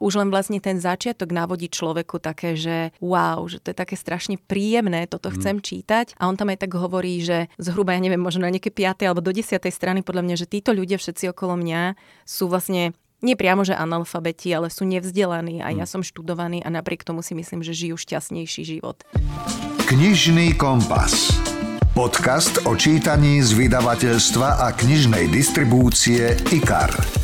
už len vlastne ten začiatok navodí človeku také, že wow, že to je také strašne príjemné, toto chcem čítať. A on tam aj tak hovorí, že zhruba, ja neviem, možno na nejaké 5. alebo do 10. strany podľa mňa, že títo ľudia všetci okolo mňa sú vlastne nie priamo, že analfabeti, ale sú nevzdelaní a ja som študovaný a napriek tomu si myslím, že žijú šťastnejší život. Knižný kompas. Podcast o čítaní z vydavateľstva a knižnej distribúcie IKAR.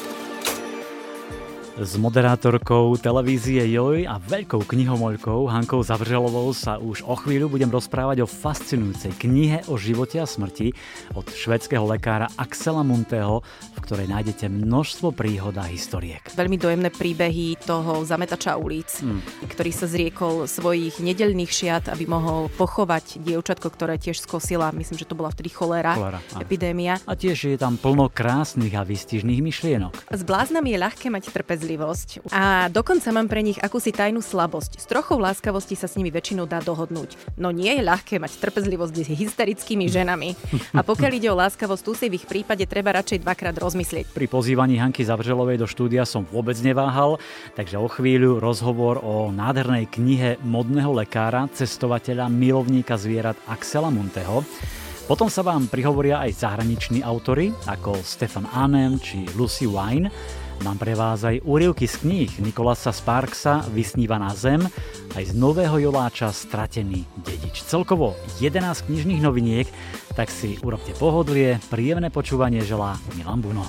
S moderátorkou televízie Joj a veľkou knihomoľkou Hankou Zavřelovou sa už o chvíľu budem rozprávať o fascinujúcej knihe o živote a smrti od švédskeho lekára Axela Muntého, v ktorej nájdete množstvo príhod a historiek. Veľmi dojemné príbehy toho zametača ulic, ktorý sa zriekol svojich nedeľných šiat, aby mohol pochovať dievčatko, ktoré tiež skosila, myslím, že to bola vtedy choléra, epidémia. A tiež je tam plno krásnych a výstižných myšlienok. S bláznami je ľahké mať trpezlivosť a dokonca mám pre nich akúsi tajnú slabosť. S trochou láskavosti sa s nimi väčšinou dá dohodnúť. No nie je ľahké mať trpezlivosť s hysterickými ženami. A pokiaľ ide o láskavosť, tu si v ich prípade treba radšej dvakrát rozmyslieť. Pri pozývaní Hanky Zavřelovej do štúdia som vôbec neváhal, takže o chvíľu rozhovor o nádhernej knihe modného lekára, cestovateľa, milovníka zvierat Axela Munteho. Potom sa vám prihovoria aj zahraniční autori, ako Stefan Arnem či Lucy Wine. Mám pre vás aj úryvky z kníh Nicholasa Sparksa Vysnívaná zem, aj z nového Joláča Stratený dedič. Celkovo 11 knižných noviniek, tak si urobte pohodlie, príjemné počúvanie želá Milan Buno.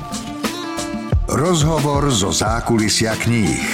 Rozhovor zo zákulisia kníh.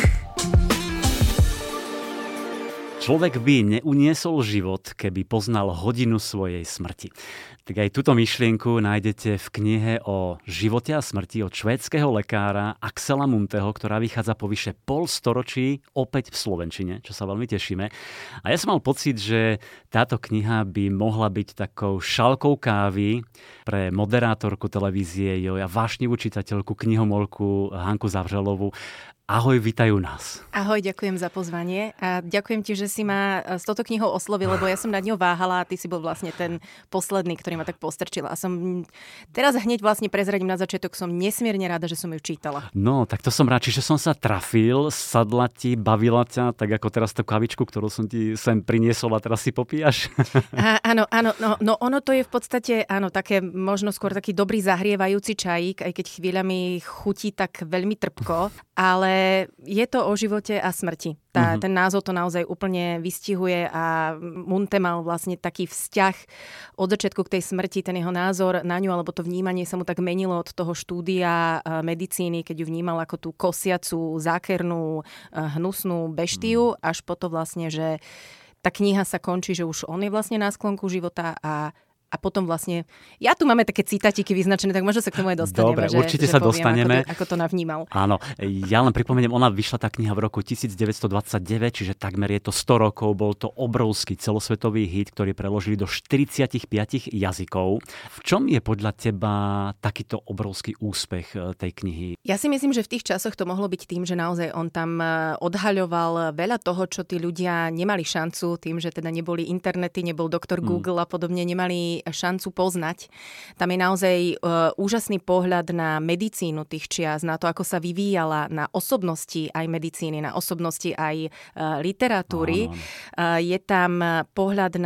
Človek by neuniesol život, keby poznal hodinu svojej smrti. Tak aj túto myšlienku nájdete v knihe o živote a smrti od švédskeho lekára Axela Munteho, ktorá vychádza po vyše polstoročí opäť v slovenčine, čo sa veľmi tešíme. A ja som mal pocit, že táto kniha by mohla byť takou šálkou kávy pre moderátorku televízie Joj a vášnivú čitateľku, knihomolku Hanku Zavřelovú. Ahoj, vítajú nás. Ahoj, ďakujem za pozvanie a ďakujem ti, že si ma s touto knihou oslovil, lebo ja som nad ňou váhala a ty si bol vlastne ten posledný, ktorý ma tak postrčil. A som teraz hneď vlastne prezradím na začiatok, som nesmierne rada, že som ju čítala. No, tak to som rád, že som sa trafil, sadla ti, bavila ťa, tak ako teraz tú kavičku, ktorú som ti sem priniesol a teraz si popíjaš. Áno, no ono to je v podstate, áno, také možno skôr taký dobrý zahrievajúci čajík, aj keď chvíľami chutí tak veľmi trpko, ale je to o živote a smrti. Ten názov to naozaj úplne vystihuje a Munte mal vlastne taký vzťah od začiatku k tej smrti, ten jeho názor na ňu, alebo to vnímanie sa mu tak menilo od toho štúdia medicíny, keď ju vnímal ako tú kosiacu, zákernú, hnusnú beštiu, až po to vlastne, že tá kniha sa končí, že už on je vlastne na sklonku života a potom vlastne, ja tu máme také citátiky vyznačené, tak možno sa k tomu aj dostaneme. Dobre, určite sa poviem, dostaneme. Ako to navnímal. Áno, ja len pripomeniem, ona vyšla tá kniha v roku 1929, čiže takmer je to 100 rokov, bol to obrovský celosvetový hit, ktorý preložili do 45 jazykov. V čom je podľa teba takýto obrovský úspech tej knihy? Ja si myslím, že v tých časoch to mohlo byť tým, že naozaj on tam odhaľoval veľa toho, čo tí ľudia nemali šancu, tým, že teda neboli internety, nebol doktor Google a podobne, nemali šancu poznať. Tam je naozaj úžasný pohľad na medicínu tých čias, na to, ako sa vyvíjala, na osobnosti aj medicíny, na osobnosti aj literatúry. Je tam pohľad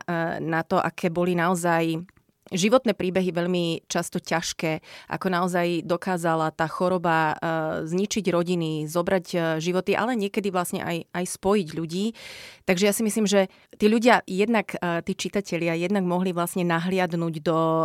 na to, aké boli naozaj životné príbehy veľmi často ťažké, ako naozaj dokázala tá choroba zničiť rodiny, zobrať životy, ale niekedy vlastne aj spojiť ľudí. Takže ja si myslím, že tí ľudia jednak, tí čitatelia jednak mohli vlastne nahliadnúť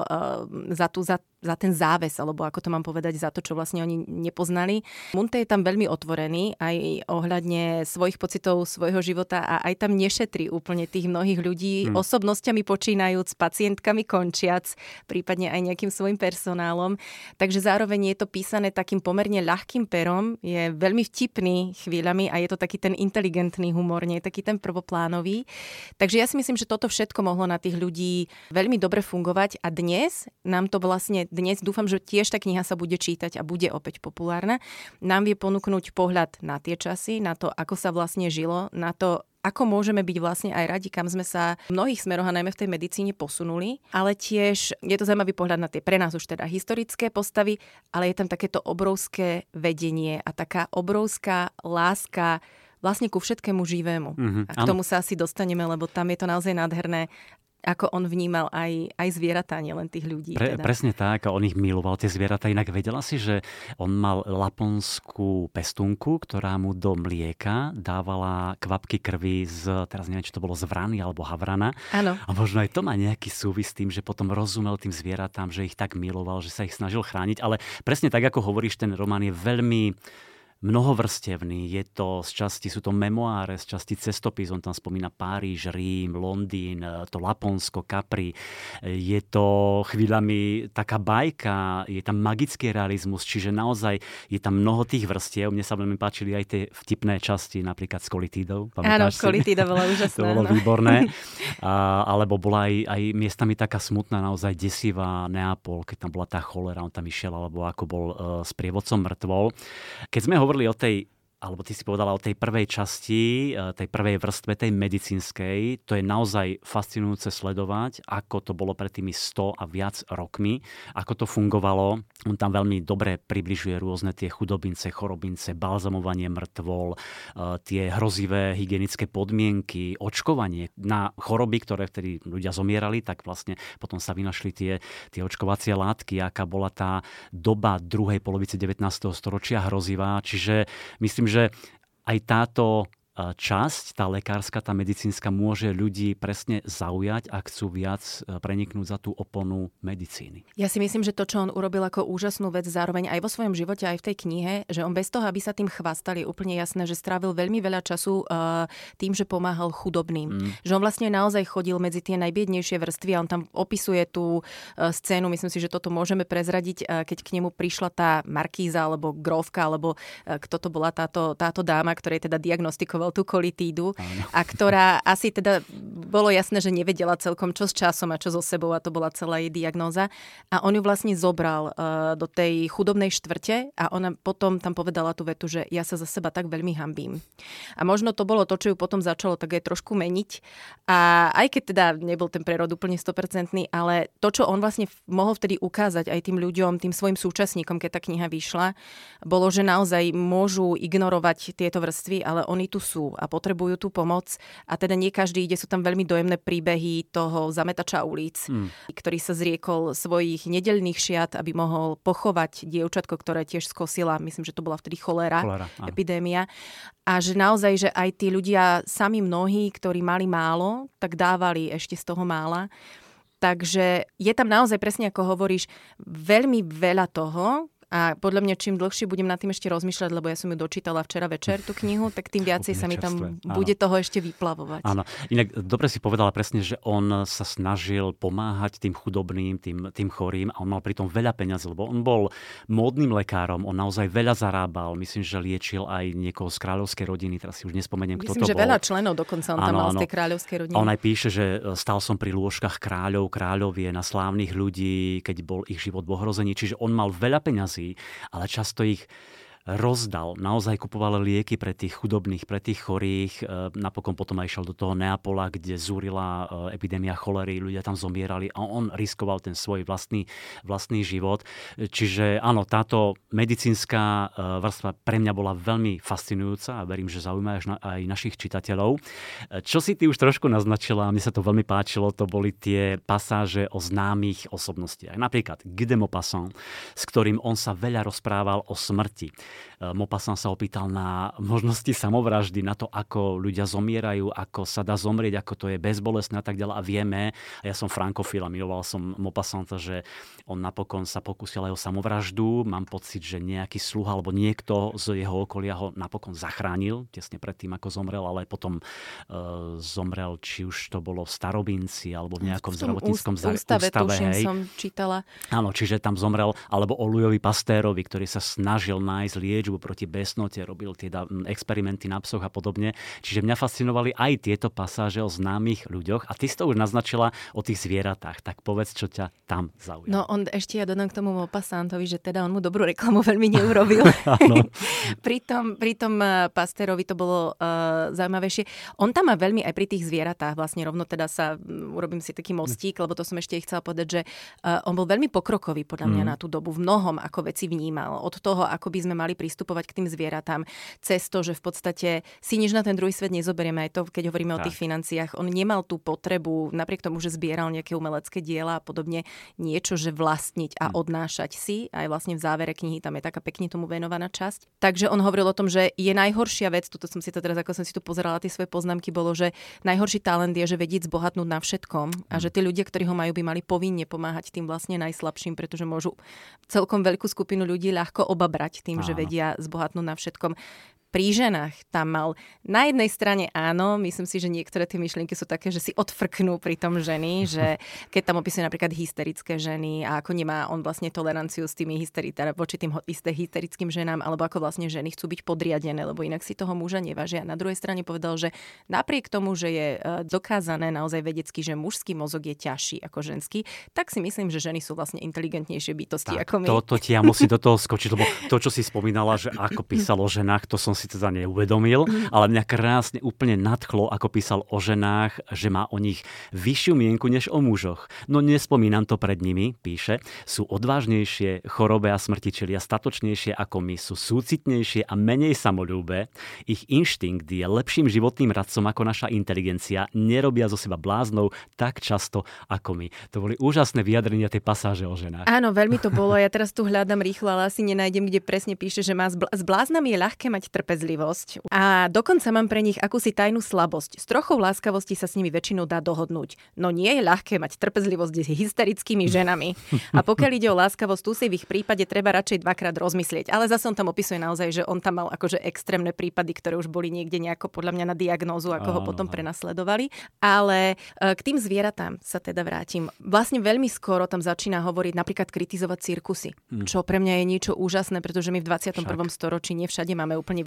za ten záves, alebo ako to mám povedať, za to, čo vlastne oni nepoznali. Munte je tam veľmi otvorený aj ohľadne svojich pocitov, svojho života a aj tam nešetrí úplne tých mnohých ľudí, osobnosťami počínajúc, pacientkami končiac, prípadne aj nejakým svojim personálom. Takže zároveň je to písané takým pomerne ľahkým perom, je veľmi vtipný chvíľami a je to taký ten inteligentný humor, nie taký ten prvoplánový. Takže ja si myslím, že toto všetko mohlo na tých ľudí veľmi dobre fungovať a dnes nám to vlastne dúfam, že tiež tá kniha sa bude čítať a bude opäť populárna. Nám vie ponúknuť pohľad na tie časy, na to, ako sa vlastne žilo, na to, ako môžeme byť vlastne aj radi, kam sme sa v mnohých smeroch a najmä v tej medicíne posunuli, ale tiež je to zaujímavý pohľad na tie pre nás už teda historické postavy, ale je tam takéto obrovské vedenie a taká obrovská láska vlastne ku všetkému živému. A k tomu sa asi dostaneme, lebo tam je to naozaj nádherné, ako on vnímal aj zvieratá, nielen tých ľudí. Presne tak, on ich miloval, tie zvieratá. Inak vedela si, že on mal laponskú pestúnku, ktorá mu do mlieka dávala kvapky krvi teraz neviem, či to bolo z vrany alebo havrana. Áno. A možno aj to má nejaký súvis s tým, že potom rozumel tým zvieratám, že ich tak miloval, že sa ich snažil chrániť. Ale presne tak, ako hovoríš, ten román je veľmi mnohovrstevný, sú to memoáre, z časti cestopis, on tam spomína Páriž, Rím, Londýn, to Laponsko, Capri. Je to chvíľami taká bajka, je tam magický realizmus, čiže naozaj je tam mnoho tých vrstiev. Mne sa veľmi páčili aj tie vtipné časti, napríklad s Kolitidou. Áno, Kolitida bola úžasná. To bolo výborné. Alebo bola aj miestami taká smutná, naozaj desivá Neapol, keď tam bola tá cholera, on tam išiel, alebo ako bol sprievodcom mŕtvol. Keď sme hovorili o tej, alebo ty si povedala o tej prvej časti, tej prvej vrstve, tej medicínskej, to je naozaj fascinujúce sledovať, ako to bolo pred tými 100 a viac rokmi, ako to fungovalo. On tam veľmi dobre približuje rôzne tie chudobince, chorobince, balzamovanie mŕtvol, tie hrozivé hygienické podmienky, očkovanie na choroby, ktoré vtedy ľudia zomierali, tak vlastne potom sa vynašli tie očkovacie látky, aká bola tá doba druhej polovice 19. storočia hrozivá. Čiže myslím, že aj táto časť, tá lekárska, tá medicínska môže ľudí presne zaujať a chcú viac preniknúť za tú oponu medicíny. Ja si myslím, že to, čo on urobil ako úžasnú vec zároveň aj vo svojom živote, aj v tej knihe, že on bez toho, aby sa tým chvastal, je úplne jasné, že strávil veľmi veľa času tým, že pomáhal chudobným. Že on vlastne naozaj chodil medzi tie najbiednejšie vrstvy a on tam opisuje tú scénu, myslím si, že toto môžeme prezradiť, keď k nemu prišla tá markíza alebo grófka, alebo kto to bola táto dáma, ktorej teda diagnostikoval tú kolitídu a ktorá asi teda bolo jasné, že nevedela celkom čo s časom a čo so sebou a to bola celá jej diagnóza. A on ju vlastne zobral do tej chudobnej štvrte a ona potom tam povedala tú vetu, že ja sa za seba tak veľmi hanbím. A možno to bolo to, čo ju potom začalo tak aj trošku meniť. A aj keď teda nebol ten prerod úplne 100%, ale to, čo on vlastne mohol vtedy ukázať aj tým ľuďom, tým svojim súčasníkom, keď tá kniha vyšla, bolo, že naozaj môžu ignorovať tieto vrstvy, ale oni tu sú a potrebujú tú pomoc. A teda nie každý ide, sú tam veľmi dojemné príbehy toho zametača ulic, ktorý sa zriekol svojich nedeľných šiat, aby mohol pochovať dievčatko, ktoré tiež skosila, myslím, že to bola vtedy choléra epidémia. A že naozaj, že aj tí ľudia, sami mnohí, ktorí mali málo, tak dávali ešte z toho mála. Takže je tam naozaj, presne ako hovoríš, veľmi veľa toho. A podľa mňa, čím dlhšie budem nad tým ešte rozmýšľať, lebo ja som ju dočítala včera večer, tú knihu, tak tým viacej sa mi tam bude toho ešte vyplavovať. Áno. Inak dobre si povedala presne, že on sa snažil pomáhať tým chudobným, tým chorým a on mal pritom veľa peňazí, lebo on bol módnym lekárom, on naozaj veľa zarábal. Myslím, že liečil aj niekoho z kráľovskej rodiny, teraz si už nespomeniem, kto to bol. Myslím, že veľa členov dokonca on tam mal z tej kráľovskej rodiny. On aj píše, že stal som pri lôžkach kráľovie, na slávnych ľudí, keď bol ich život v ohrození, čiže on mal veľa peňazí, ale často ich rozdal. Naozaj kupoval lieky pre tých chudobných, pre tých chorých. Napokon potom aj išiel do toho Neapola, kde zúrila epidémia cholery, ľudia tam zomierali a on riskoval ten svoj vlastný život. Čiže áno, táto medicínska vrstva pre mňa bola veľmi fascinujúca a verím, že zaujíma aj našich čitateľov. Čo si ty už trošku naznačila, mne sa to veľmi páčilo, to boli tie pasáže o známych osobnostiach. Napríklad Guy de Maupassant, s ktorým on sa veľa rozprával o smrti. Maupassant sa opýtal na možnosti samovraždy, na to, ako ľudia zomierajú, ako sa dá zomrieť, ako to je bezbolestné a tak ďalej. A vieme, a ja som frankofil a miloval som Maupassanta, že on napokon sa pokúsil aj o samovraždu. Mám pocit, že nejaký sluha alebo niekto z jeho okolia ho napokon zachránil, tesne pred tým, ako zomrel, ale potom zomrel, či už to bolo v Starobinci alebo v nejakom zdravotníckom ústave. Tuším, som čítala. Áno, čiže tam zomrel, alebo o Louisovi Pastérovi, ktorý sa snažil nájsť liečbu proti besnote, robil teda experimenty na psoch a podobne. Čiže mňa fascinovali aj tieto pasáže o známych ľuďoch a ty si to už naznačila o tých zvieratách. Tak povedz, čo ťa tam zaujalo. No on ešte ja dodám k tomu Maupassantovi, že teda on mu dobrú reklamu veľmi neurobil. pri tom Pasterovi to bolo zaujímavejšie. On tam má veľmi aj pri tých zvieratách vlastne rovno teda urobím si taký mostík, lebo to som ešte chcela povedať, že on bol veľmi pokrokový podľa mňa na tú dobu v mnohom, ako veci vnímal. Od toho, ako by sme mali pristupovať k tým zvieratám, cez to, že v podstate si nič na ten druhý svet nezoberieme, aj to, keď hovoríme o tých financiách. On nemal tú potrebu, napriek tomu, že zbieral nejaké umelecké diela a podobne, niečo, že vlastniť a odnášať si. Aj vlastne v závere knihy tam je taká pekne tomu venovaná časť. Takže on hovoril o tom, že je najhoršia vec, toto som si to teraz, ako som si tu pozerala tie svoje poznámky, bolo, že najhorší talent je, že vedieť zbohatnúť na všetkom a že tí ľudia, ktorí ho majú, by mali povinne pomáhať tým vlastne najslabším, pretože môžu celkom veľkú skupinu ľudí ľahko obabrať tým, že vedia zbohatnúť na všetkom. Pri ženách tam mal na jednej strane áno, myslím si, že niektoré tie myšlienky sú také, že si odfrknú pri tom ženy, že keď tam opisuje napríklad hysterické ženy a ako nemá on vlastne toleranciu s tými voči tým hysterickým ženám, alebo ako vlastne ženy chcú byť podriadené, lebo inak si toho muža nevážia. Na druhej strane povedal, že napriek tomu, že je dokázané naozaj vedecky, že mužský mozog je ťažší ako ženský, tak si myslím, že ženy sú vlastne inteligentnejšie bytosti tak, ako my. To ti ja musí do toho skočiť, lebo to, čo si spomínala, že ako písal o ženách, to som si teda neuvedomil, ale mňa krásne úplne nadchlo, ako písal o ženách, že má o nich vyššiu mienku než o mužoch. No nespomínam to pred nimi, píše, sú odvážnejšie, chorobe a smrti čelia statočnejšie ako my, sú súcitnejšie a menej samoľúbe. Ich inštinkt je lepším životným radcom ako naša inteligencia, nerobia zo seba bláznou tak často ako my. To boli úžasné vyjadrenia tej pasáže o ženách. Áno, veľmi to bolo. Ja teraz tu hľadám rýchlo, ale asi nenájdem, kde presne píše, že s bláznami je ľahké mať trpezlivosť. A dokonca mám pre nich akúsi tajnú slabosť. S trochou láskavosti sa s nimi väčšinou dá dohodnúť. No nie je ľahké mať trpezlivosť s hysterickými ženami. A pokiaľ ide o láskavosť, tu si v ich prípade treba radšej dvakrát rozmyslieť. Ale zase on tam opisuje naozaj, že on tam mal akože extrémne prípady, ktoré už boli niekde nejako podľa mňa na diagnózu, ako ho potom prenasledovali. Ale k tým zvieratám sa teda vrátim. Vlastne veľmi skoro tam začína hovoriť, napríklad kritizovať cirkusy. Čo pre mňa je niečo úžasné, pretože my v 21. storočí nevšade máme úplne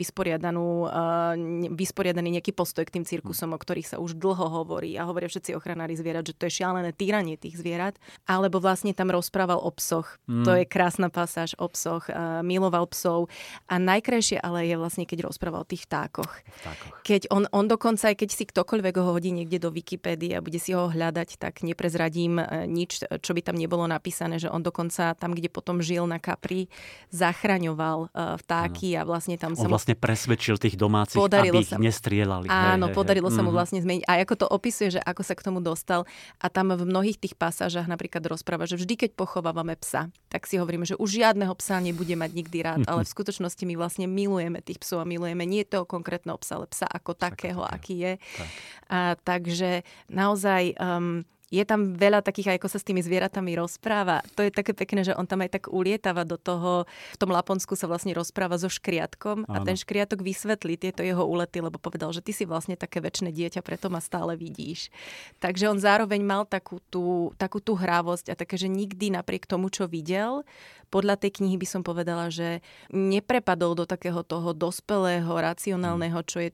vysporiadaný nejaký postoj k tým cirkusom, o ktorých sa už dlho hovorí a hovoria všetci ochranári zvierat, že to je šialené týranie tých zvierat. Alebo vlastne tam rozprával o psoch. To je krásna pasáž o psoch. Miloval psov. A najkrajšie ale je vlastne, keď rozprával o tých vtákoch. Keď on dokonca, aj keď si ktokoľvek ho hodí niekde do Wikipédie a bude si ho hľadať, tak neprezradím nič, čo by tam nebolo napísané, že on dokonca tam, kde potom žil na Capri, zachraňoval vtáky a vlastne tam on vlastne presvedčil tých domácich, aby ich nestrieľali. Áno, podarilo sa mu vlastne zmeniť. A ako to opisuje, že ako sa k tomu dostal. A tam v mnohých tých pasážach napríklad rozpráva, že vždy, keď pochovávame psa, tak si hovoríme, že už žiadneho psa nebude mať nikdy rád, ale v skutočnosti my vlastne milujeme tých psov a milujeme nie toho konkrétneho psa, ale psa ako takého, aký je. Tak. A takže naozaj je tam veľa takých, ako sa s tými zvieratami rozpráva. To je také pekné, že on tam aj tak ulietava do toho. V tom Laponsku sa vlastne rozpráva so škriatkom a ten škriatok vysvetlí tieto jeho úlety, lebo povedal, že ty si vlastne také večné dieťa, preto ma stále vidíš. Takže on zároveň mal takú tú hrávosť a také, že nikdy napriek tomu, čo videl, podľa tej knihy by som povedala, že neprepadol do takého toho dospelého, racionálneho, čo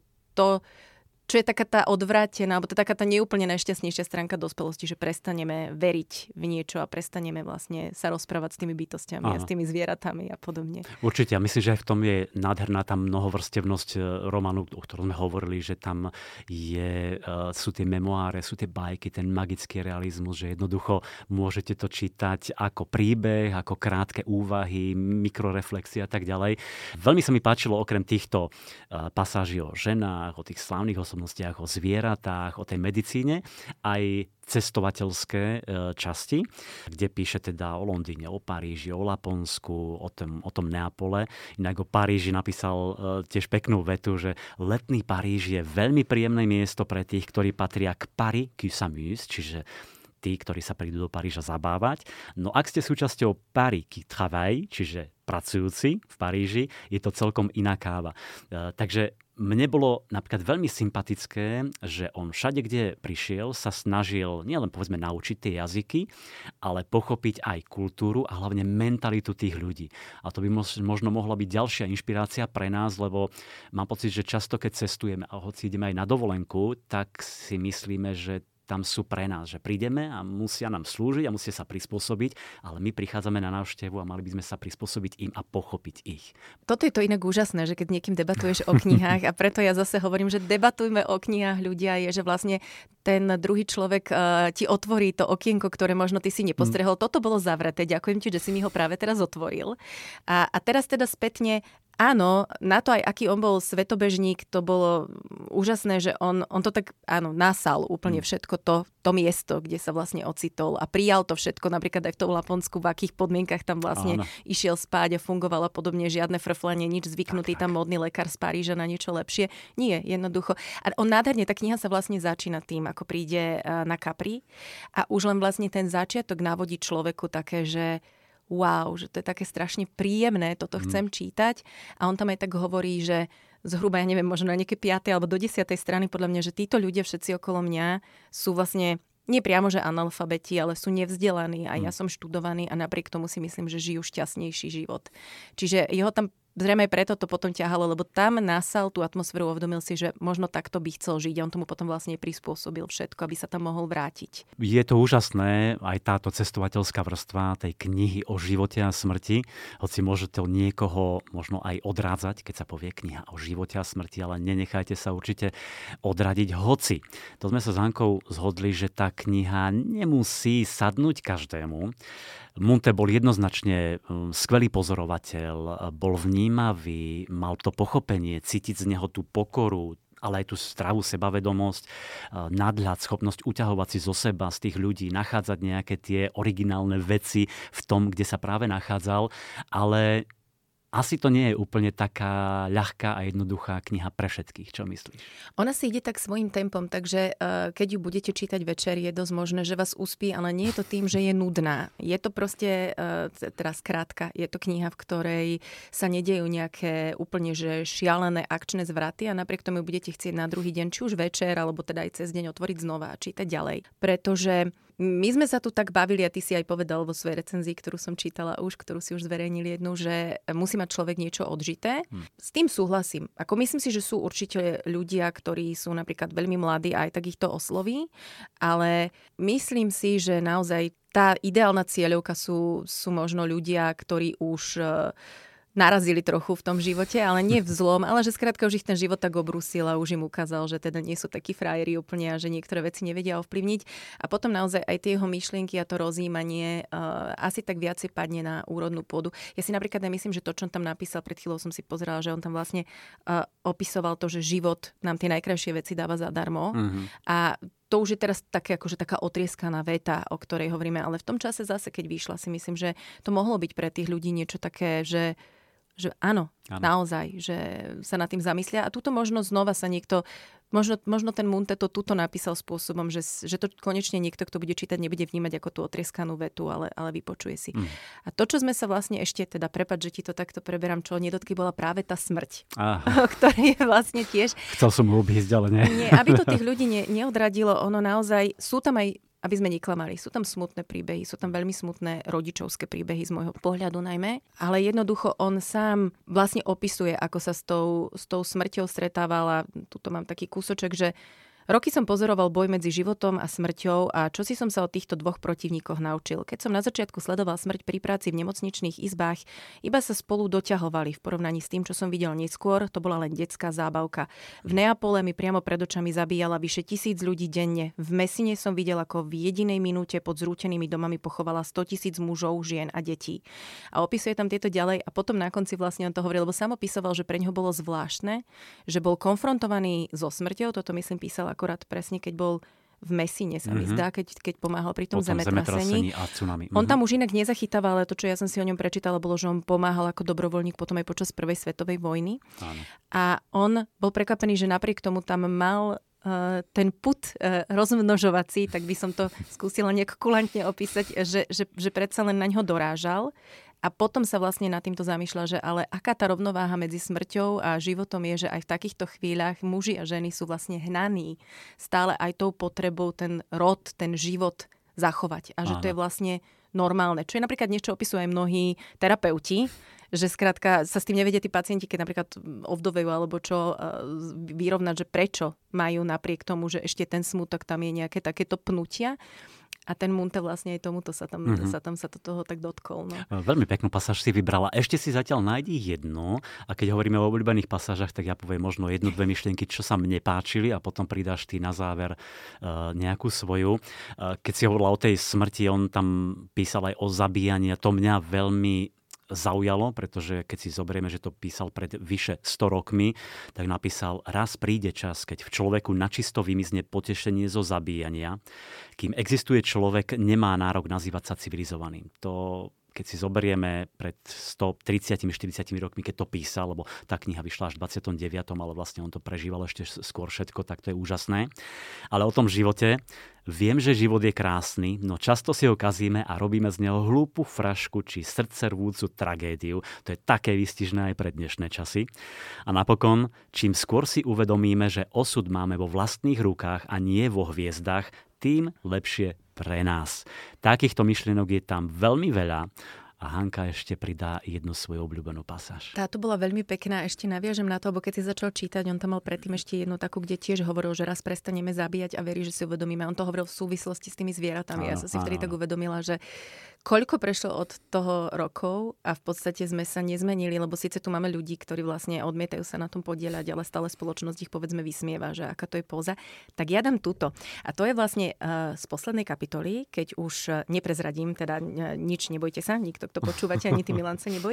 je taká tá odvrátená, alebo to je taká tá neúplne najšťastnejšia stránka dospelosti, že prestaneme veriť v niečo a prestaneme vlastne sa rozprávať s tými bytostiami a s tými zvieratami a podobne. Určite, ja myslím, že aj v tom je nádherná tá mnohovrstevnosť románu, o ktorom sme hovorili, že tam sú tie memoáre, sú tie bajky, ten magický realizmus, že jednoducho môžete to čítať ako príbeh, ako krátke úvahy, mikroreflexie a tak ďalej. Veľmi sa mi páčilo okrem týchto pasáží o ženách, o tých slávnych o zvieratách, o tej medicíne, aj cestovateľské časti, kde píše teda o Londýne, o Paríži, o Laponsku, o tom Neapole. Inak o Paríži napísal tiež peknú vetu, že letný Paríž je veľmi príjemné miesto pre tých, ktorí patria k Paris qui s'amuse, čiže tí, ktorí sa prídu do Paríža zabávať. No ak ste súčasťou Paris qui travaille, čiže pracujúci v Paríži, je to celkom iná káva. Takže mne bolo napríklad veľmi sympatické, že on všade, kde prišiel, sa snažil nielen povedzme naučiť tie jazyky, ale pochopiť aj kultúru a hlavne mentalitu tých ľudí. A to by možno mohla byť ďalšia inšpirácia pre nás, lebo mám pocit, že často keď cestujeme a hoci ideme aj na dovolenku, tak si myslíme, že tam sú pre nás, že prídeme a musia nám slúžiť a musia sa prispôsobiť, ale my prichádzame na návštevu a mali by sme sa prispôsobiť im a pochopiť ich. Toto je to inak úžasné, že keď niekým debatuješ o knihách a preto ja zase hovorím, že debatujme o knihách ľudia, je, že vlastne ten druhý človek ti otvorí to okienko, ktoré možno ty si nepostrehol. Toto bolo zavreté, ďakujem ti, že si mi ho práve teraz otvoril. A teraz teda spätne, áno, na to aj aký on bol svetobežník, to bolo úžasné, že on to tak, áno, nasal úplne všetko to miesto, kde sa vlastne ocitol a prijal to všetko, napríklad aj v tom Laponsku, v akých podmienkach tam vlastne išiel spáť a fungoval a podobne, žiadne frflanie, nič, zvyknutý tam módny lekár z Paríža na niečo lepšie. Nie, jednoducho. A on nádherne, tá kniha sa vlastne začína tým, ako príde na Capri a už len vlastne ten začiatok navodí človeku také, že wow, že to je také strašne príjemné, toto chcem čítať. A on tam aj tak hovorí, že zhruba, ja neviem, možno na nejaké 5. alebo do 10. strany, podľa mňa, že títo ľudia všetci okolo mňa sú vlastne nie priamo, že analfabeti, ale sú nevzdelaní a ja som študovaný a napriek tomu si myslím, že žijú šťastnejší život. Čiže jeho tam zrejme preto to potom ťahalo, lebo tam nasal tú atmosféru, uvedomil si, že možno takto by chcel žiť a on tomu potom vlastne prispôsobil všetko, aby sa tam mohol vrátiť. Je to úžasné, aj táto cestovateľská vrstva tej knihy o živote a smrti, hoci môže to niekoho možno aj odrádzať, keď sa povie kniha o živote a smrti, ale nenechajte sa určite odradiť, hoci. To sme sa s Hankou zhodli, že tá kniha nemusí sadnúť každému. Munte bol jednoznačne skvelý pozorovateľ, bol vnímavý, mal to pochopenie, cítiť z neho tú pokoru, ale aj tú zdravú sebavedomosť, nadhľad, schopnosť uťahovať si zo seba, z tých ľudí, nachádzať nejaké tie originálne veci v tom, kde sa práve nachádzal, ale asi to nie je úplne taká ľahká a jednoduchá kniha pre všetkých. Čo myslíš? Ona si ide tak svojím tempom, takže keď ju budete čítať večer, je dosť možné, že vás uspí, ale nie je to tým, že je nudná. Je to proste, teraz krátka, je to kniha, v ktorej sa nedejú nejaké úplne že šialené akčné zvraty a napriek tomu budete chcieť na druhý deň, či už večer, alebo teda aj cez deň otvoriť znova a čítať ďalej. Pretože my sme sa tu tak bavili a ty si aj povedal vo svojej recenzii, ktorú som čítala už, ktorú si už zverejnili jednu, že musí mať človek niečo odžité. S tým súhlasím. Ako myslím si, že sú určite ľudia, ktorí sú napríklad veľmi mladí, aj tak ich to osloví, ale myslím si, že naozaj tá ideálna cieľovka sú možno ľudia, ktorí už narazili trochu v tom živote, ale nie v zlom, ale že skrátka už ich ten život tak obrúsil a už im ukázal, že teda nie sú takí frajeri úplne a že niektoré veci nevedia ovplyvniť. A potom naozaj aj tie jeho myšlienky a to rozjímanie asi tak viacej padne na úrodnú pôdu. Ja si napríklad myslím, že to, čo on tam napísal, pred chvíľou som si pozerala, že on tam vlastne opisoval to, že život nám tie najkrajšie veci dáva zadarmo. A to už je teraz také, akože taká otrieskaná veta, o ktorej hovoríme, ale v tom čase zase, keď vyšla, si myslím, že to mohlo byť pre tých ľudí niečo také, že áno, naozaj, že sa nad tým zamyslia. A túto možno znova sa niekto, možno ten Munte to tuto napísal spôsobom, že to konečne niekto, kto bude čítať, nebude vnímať ako tú otrieskanú vetu, ale vypočuje si. A to, čo sme sa vlastne ešte, teda prepáč, že ti to takto preberám, čo nedotkli, bola práve tá smrť, o ktorej je vlastne tiež. Chcel som ho obísť, ale nie. Nie, aby to tých ľudí neodradilo, ono naozaj, sú tam aj, aby sme neklamali, sú tam smutné príbehy, sú tam veľmi smutné rodičovské príbehy z môjho pohľadu najmä, ale jednoducho on sám vlastne opisuje, ako sa s tou smrťou stretával a tuto mám taký kúsoček, že roky som pozoroval boj medzi životom a smrťou a čo si som sa od týchto dvoch protivníkoch naučil. Keď som na začiatku sledoval smrť pri práci v nemocničných izbách, iba sa spolu doťahovali v porovnaní s tým, čo som videl neskôr, to bola len detská zábavka. V Neapole mi priamo pred očami zabíjala vyše 1000 ľudí denne. V Messine som videl, ako v jedinej minúte pod zrútenými domami pochovala 100 000 mužov, žien a detí. A opisuje tam tieto ďalej a potom na konci vlastne on to hovoril, lebo sám opisoval, že pre ňoho bolo zvláštne, že bol konfrontovaný so smrťou, toto myslím písal akorát presne, keď bol v Messine, sa mi zdá, keď pomáhal pri tom zemetrasení. A tsunami. On tam už inak nezachytával, ale to, čo ja som si o ňom prečítala, bolo, že on pomáhal ako dobrovoľník potom aj počas prvej svetovej vojny. Áno. A on bol prekvapený, že napriek tomu tam mal ten pud rozmnožovací, tak by som to skúsila nejak kulantne opísať, že predsa len na ňo dorážal. A potom sa vlastne nad týmto zamýšľa, že ale aká tá rovnováha medzi smrťou a životom je, že aj v takýchto chvíľach muži a ženy sú vlastne hnaní stále aj tou potrebou ten rod, ten život zachovať. A že to je vlastne normálne. Čo je napríklad niečo opisujú aj mnohí terapeuti, že skrátka sa s tým nevedia tí pacienti, keď napríklad ovdovejú alebo čo vyrovnať, že prečo majú napriek tomu, že ešte ten smutok tam je nejaké takéto pnutia. A ten Munte vlastne aj tomuto sa to toho tak dotkol. No. Veľmi peknú pasáž si vybrala. Ešte si zatiaľ nájdi jednu a keď hovoríme o obľúbených pasážach, tak ja poviem možno jednu, dve myšlienky, čo sa mne páčili a potom pridáš ty na záver nejakú svoju. Keď si hovorila o tej smrti, on tam písal aj o zabíjaní a to mňa veľmi zaujalo, pretože keď si zoberieme, že to písal pred vyše 100 rokmi, tak napísal: raz príde čas, keď v človeku načisto vymizne potešenie zo zabíjania. Kým existuje človek, nemá nárok nazývať sa civilizovaným. To keď si zoberieme pred 130-40 rokmi, keď to písal, lebo tá kniha vyšla až v 29., ale vlastne on to prežíval ešte skôr všetko, tak to je úžasné. Ale o tom živote: viem, že život je krásny, no často si ho kazíme a robíme z neho hlúpu frašku či srdcervúcu tragédiu. To je také výstižné aj pre dnešné časy. A napokon, čím skôr si uvedomíme, že osud máme vo vlastných rukách a nie vo hviezdách, tým lepšie pre nás. Takýchto myšlienok je tam veľmi veľa a Hanka ešte pridá jednu svoju obľúbenú pasáž. Táto bola veľmi pekná, ešte naviažem na to, lebo keď si začal čítať, on tam mal predtým ešte jednu takú, kde tiež hovoril, že raz prestaneme zabíjať a verí, že si uvedomíme. On to hovoril v súvislosti s tými zvieratami. Ja som si vtedy tak uvedomila, že koľko prešlo od toho rokov a v podstate sme sa nezmenili, lebo síce tu máme ľudí, ktorí vlastne odmietajú sa na tom podieľať, ale stále spoločnosť ich povedzme vysmieva, že aká to je póza. Tak ja dám túto. A to je vlastne z poslednej kapitoly, keď už neprezradím, teda nič, nebojte sa, nikto, kto počúvate, ani ty Milance, neboj.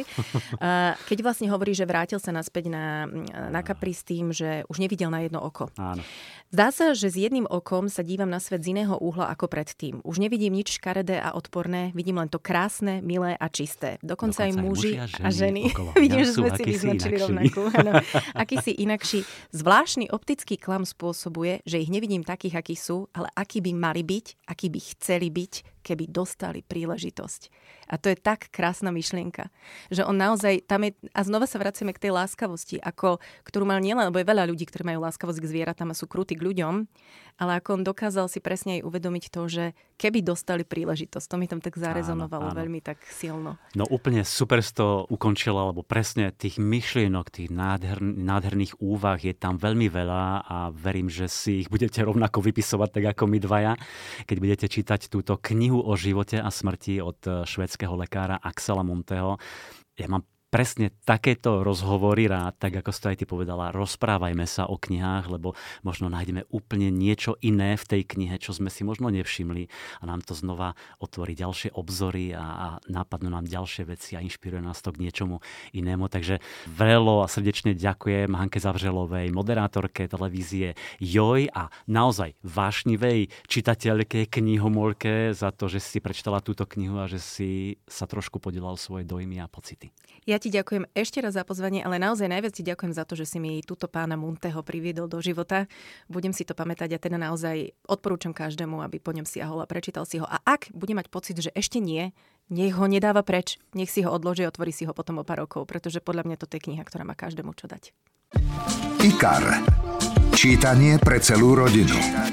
Keď vlastne hovorí, že vrátil sa naspäť na Capri s tým, že už nevidel na jedno oko. Áno. Zdá sa, že s jedným okom sa dívam na svet z iného uhla ako predtým. Už nevidím nič škaredé a odporné, vidím len to krásne, milé a čisté. Dokonca aj muži a ženy. Vidím, že sme si vyznačili rovnakú. Akýsi inakší. Zvláštny optický klam spôsobuje, že ich nevidím takých, akí sú, ale akí by mali byť, akí by chceli byť, keby dostali príležitosť. A to je tak krásna myšlienka, že on naozaj tam je, a znova sa vraciame k tej láskavosti, ktorú mal nielen, lebo je veľa ľudí, ktorí majú láskavosť k zvieratám a sú krutí k ľuďom, ale ako on dokázal si presne aj uvedomiť to, že keby dostali príležitosť, to mi tam tak zarezonovalo veľmi tak silno. No úplne super si to ukončila, lebo presne tých myšlienok, tých nádherných úvah je tam veľmi veľa a verím, že si ich budete rovnako vypisovať, tak ako my dvaja, keď budete čítať túto knihu o živote a smrti od švédskeho lekára Axela Munteho. Ja mám presne takéto rozhovory rád, tak ako ste aj ty povedala, rozprávajme sa o knihách, lebo možno nájdeme úplne niečo iné v tej knihe, čo sme si možno nevšimli a nám to znova otvorí ďalšie obzory a nápadnú nám ďalšie veci a inšpiruje nás to k niečomu inému. Takže veľmi srdečne ďakujem Hanke Zavřelovej, moderátorke televízie Joj a naozaj vášnivej čitateľke, knihomolke za to, že si prečítala túto knihu a že si sa trošku podielal svoje dojmy a pocity. Ja ti ďakujem ešte raz za pozvanie, ale naozaj najviac ti ďakujem za to, že si mi túto pána Munteho priviedol do života. Budem si to pamätať a teda naozaj odporúčam každému, aby po ňom siahol a prečítal si ho. A ak bude mať pocit, že ešte nie, nech ho nedáva preč, nech si ho odloží a otvorí si ho potom o pár rokov, pretože podľa mňa toto je kniha, ktorá má každému čo dať. IKAR. Čítanie pre celú rodinu.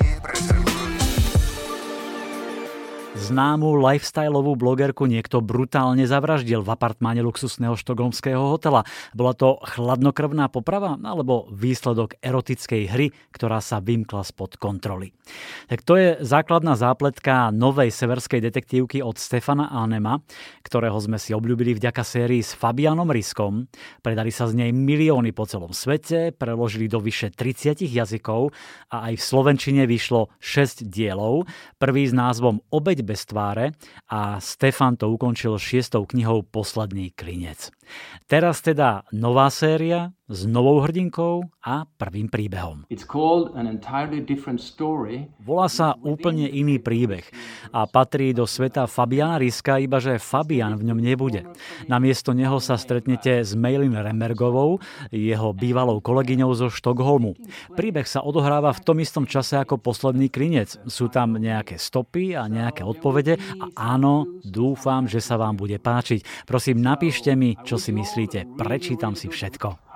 Známu lifestyleovú blogerku niekto brutálne zavraždil v apartmáne luxusného štokholmského hotela. Bola to chladnokrvná poprava alebo výsledok erotickej hry, ktorá sa vymkla spod kontroly? Tak to je základná zápletka novej severskej detektívky od Stefana Anema, ktorého sme si obľúbili vďaka sérii s Fabianom Riskom. Predali sa z nej milióny po celom svete, preložili do vyše 30 jazykov a aj v slovenčine vyšlo 6 dielov. Prvý s názvom Obeť bez tváre a Stefan to ukončil 6. knihou Posledný klinec. Teraz teda nová séria s novou hrdinkou a prvým príbehom. Volá sa Úplne iný príbeh a patrí do sveta Fabiana Riska, ibaže Fabian v ňom nebude. Namiesto neho sa stretnete s Malin Renbergovou, jeho bývalou kolegyňou zo Štokholmu. Príbeh sa odohráva v tom istom čase ako Posledný klinec. Sú tam nejaké stopy a nejaké odpovede a áno, dúfam, že sa vám bude páčiť. Prosím, napíšte mi, čo si myslíte. Prečítam si všetko.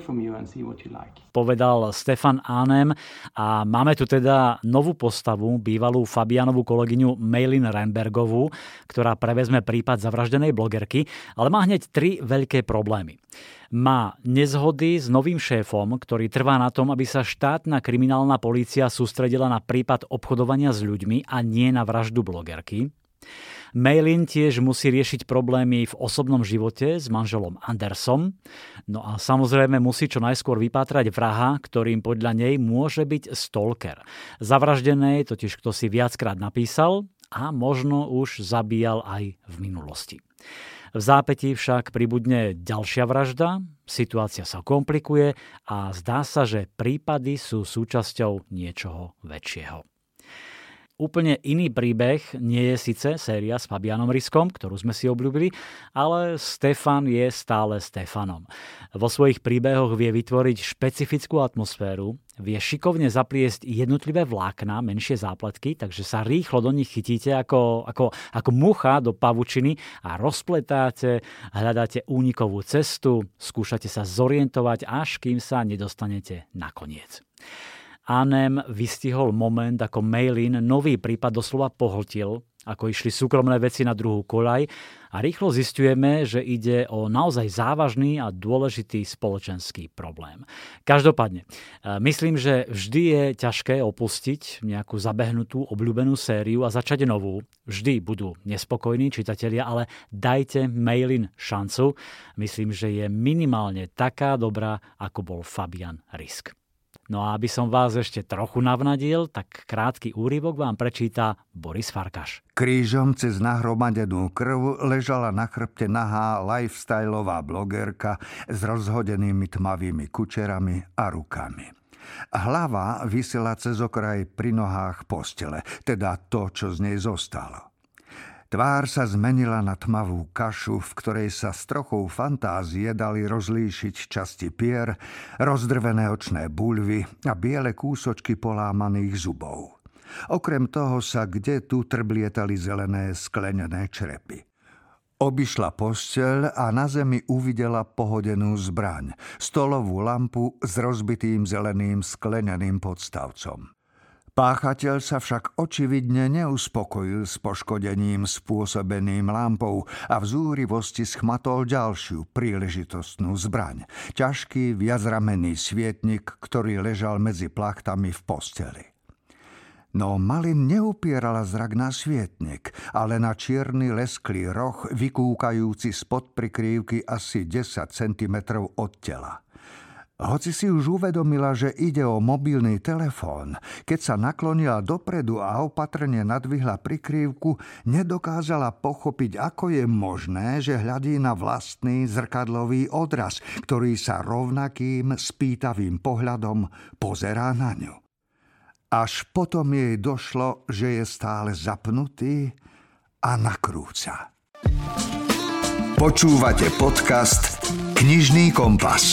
Povedal Stefan Arnem a máme tu teda novú postavu, bývalú Fabianovú kolegyňu Malin Renbergovú, ktorá prevezme prípad zavraždenej blogerky, ale má hneď 3 veľké problémy. Má nezhody s novým šéfom, ktorý trvá na tom, aby sa štátna kriminálna polícia sústredila na prípad obchodovania s ľuďmi a nie na vraždu blogerky. Malin tiež musí riešiť problémy v osobnom živote s manželom Andersom. No a samozrejme musí čo najskôr vypátrať vraha, ktorým podľa nej môže byť stalker. Zavraždenej totiž kto si viackrát napísal a možno už zabíjal aj v minulosti. V zápätí však pribudne ďalšia vražda, situácia sa komplikuje a zdá sa, že prípady sú súčasťou niečoho väčšieho. Úplne iný príbeh nie je síce séria s Fabianom Riskom, ktorú sme si obľúbili, ale Stefan je stále Stefanom. Vo svojich príbehoch vie vytvoriť špecifickú atmosféru, vie šikovne zapliesť jednotlivé vlákna, menšie zápletky, takže sa rýchlo do nich chytíte ako mucha do pavučiny a rozpletáte, hľadáte únikovú cestu, skúšate sa zorientovať, až kým sa nedostanete na koniec. Arnem vystihol moment, ako Malin nový prípad doslova pohltil, ako išli súkromné veci na druhú koľaj a rýchlo zisťujeme, že ide o naozaj závažný a dôležitý spoločenský problém. Každopádne, myslím, že vždy je ťažké opustiť nejakú zabehnutú, obľúbenú sériu a začať novú. Vždy budú nespokojní čitatelia, ale dajte Malin šancu. Myslím, že je minimálne taká dobrá, ako bol Fabian Risk. No a aby som vás ešte trochu navnadil, tak krátky úryvok vám prečíta Boris Farkaš. Krížom cez nahromadenú krv ležala na chrbte nahá lifestyleová blogerka s rozhodenými tmavými kučerami a rukami. Hlava visela cez okraj pri nohách postele, teda to, čo z nej zostalo. Tvár sa zmenila na tmavú kašu, v ktorej sa s trochou fantázie dali rozlíšiť časti pier, rozdrvené očné buľvy a biele kúsočky polámaných zubov. Okrem toho sa kde tu trblietali zelené sklenené črepy. Obišla posteľ a na zemi uvidela pohodenú zbraň, stolovú lampu s rozbitým zeleným skleneným podstavcom. Páchateľ sa však očividne neuspokojil s poškodením spôsobeným lampou a v zúrivosti schmatol ďalšiu príležitostnú zbraň. Ťažký viacramenný svietnik, ktorý ležal medzi plachtami v posteli. No Malin neupierala zrak na svietnik, ale na čierny lesklý roh, vykúkajúci spod prikrývky asi 10 cm od tela. Hoci si už uvedomila, že ide o mobilný telefón, keď sa naklonila dopredu a opatrne nadvihla prikrývku, nedokázala pochopiť, ako je možné, že hľadí na vlastný zrkadlový odraz, ktorý sa rovnakým spýtavým pohľadom pozerá na ňu. Až potom jej došlo, že je stále zapnutý a nakrúca. Počúvate podcast Knižný kompas.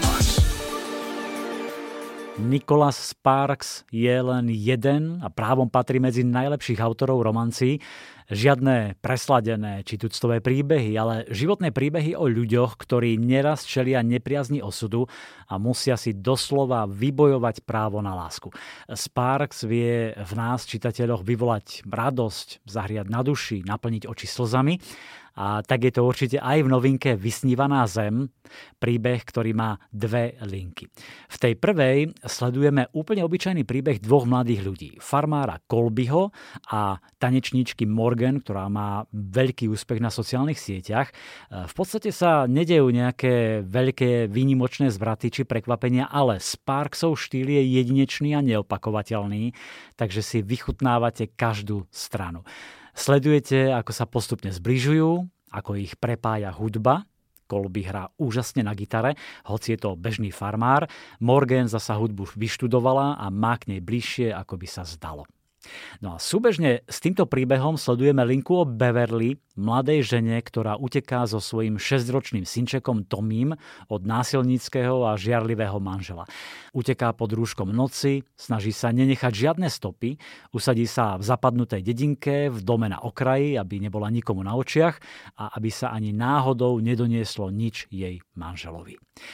Nicholas Sparks je len jeden a právom patrí medzi najlepších autorov romancí. Žiadne presladené či tuctové príbehy, ale životné príbehy o ľuďoch, ktorí neraz čelia nepriazni osudu a musia si doslova vybojovať právo na lásku. Sparks vie v nás, čitateľoch, vyvolať radosť, zahriať na duši, naplniť oči slzami. A tak je to určite aj v novinke Vysnívaná zem, príbeh, ktorý má 2 linky. V tej prvej sledujeme úplne obyčajný príbeh 2 mladých ľudí. Farmára Colbyho a tanečníčky Morgan, ktorá má veľký úspech na sociálnych sieťach. V podstate sa nedejú nejaké veľké výnimočné zvraty či prekvapenia, ale Sparksov štýl je jedinečný a neopakovateľný, takže si vychutnávate každú stranu. Sledujete, ako sa postupne zbližujú, ako ich prepája hudba. Colby hrá úžasne na gitare, hoci je to bežný farmár. Morgan zasa hudbu vyštudovala a má k nej bližšie, ako by sa zdalo. No a súbežne s týmto príbehom sledujeme linku o Beverly, mladej žene, ktorá uteká so svojím 6-ročným synčekom Tomím od násilníckeho a žiarlivého manžela. Uteká pod rúškom noci, snaží sa nenechať žiadne stopy, usadí sa v zapadnutej dedinke v dome na okraji, aby nebola nikomu na očiach a aby sa ani náhodou nedonieslo nič jej manželovi.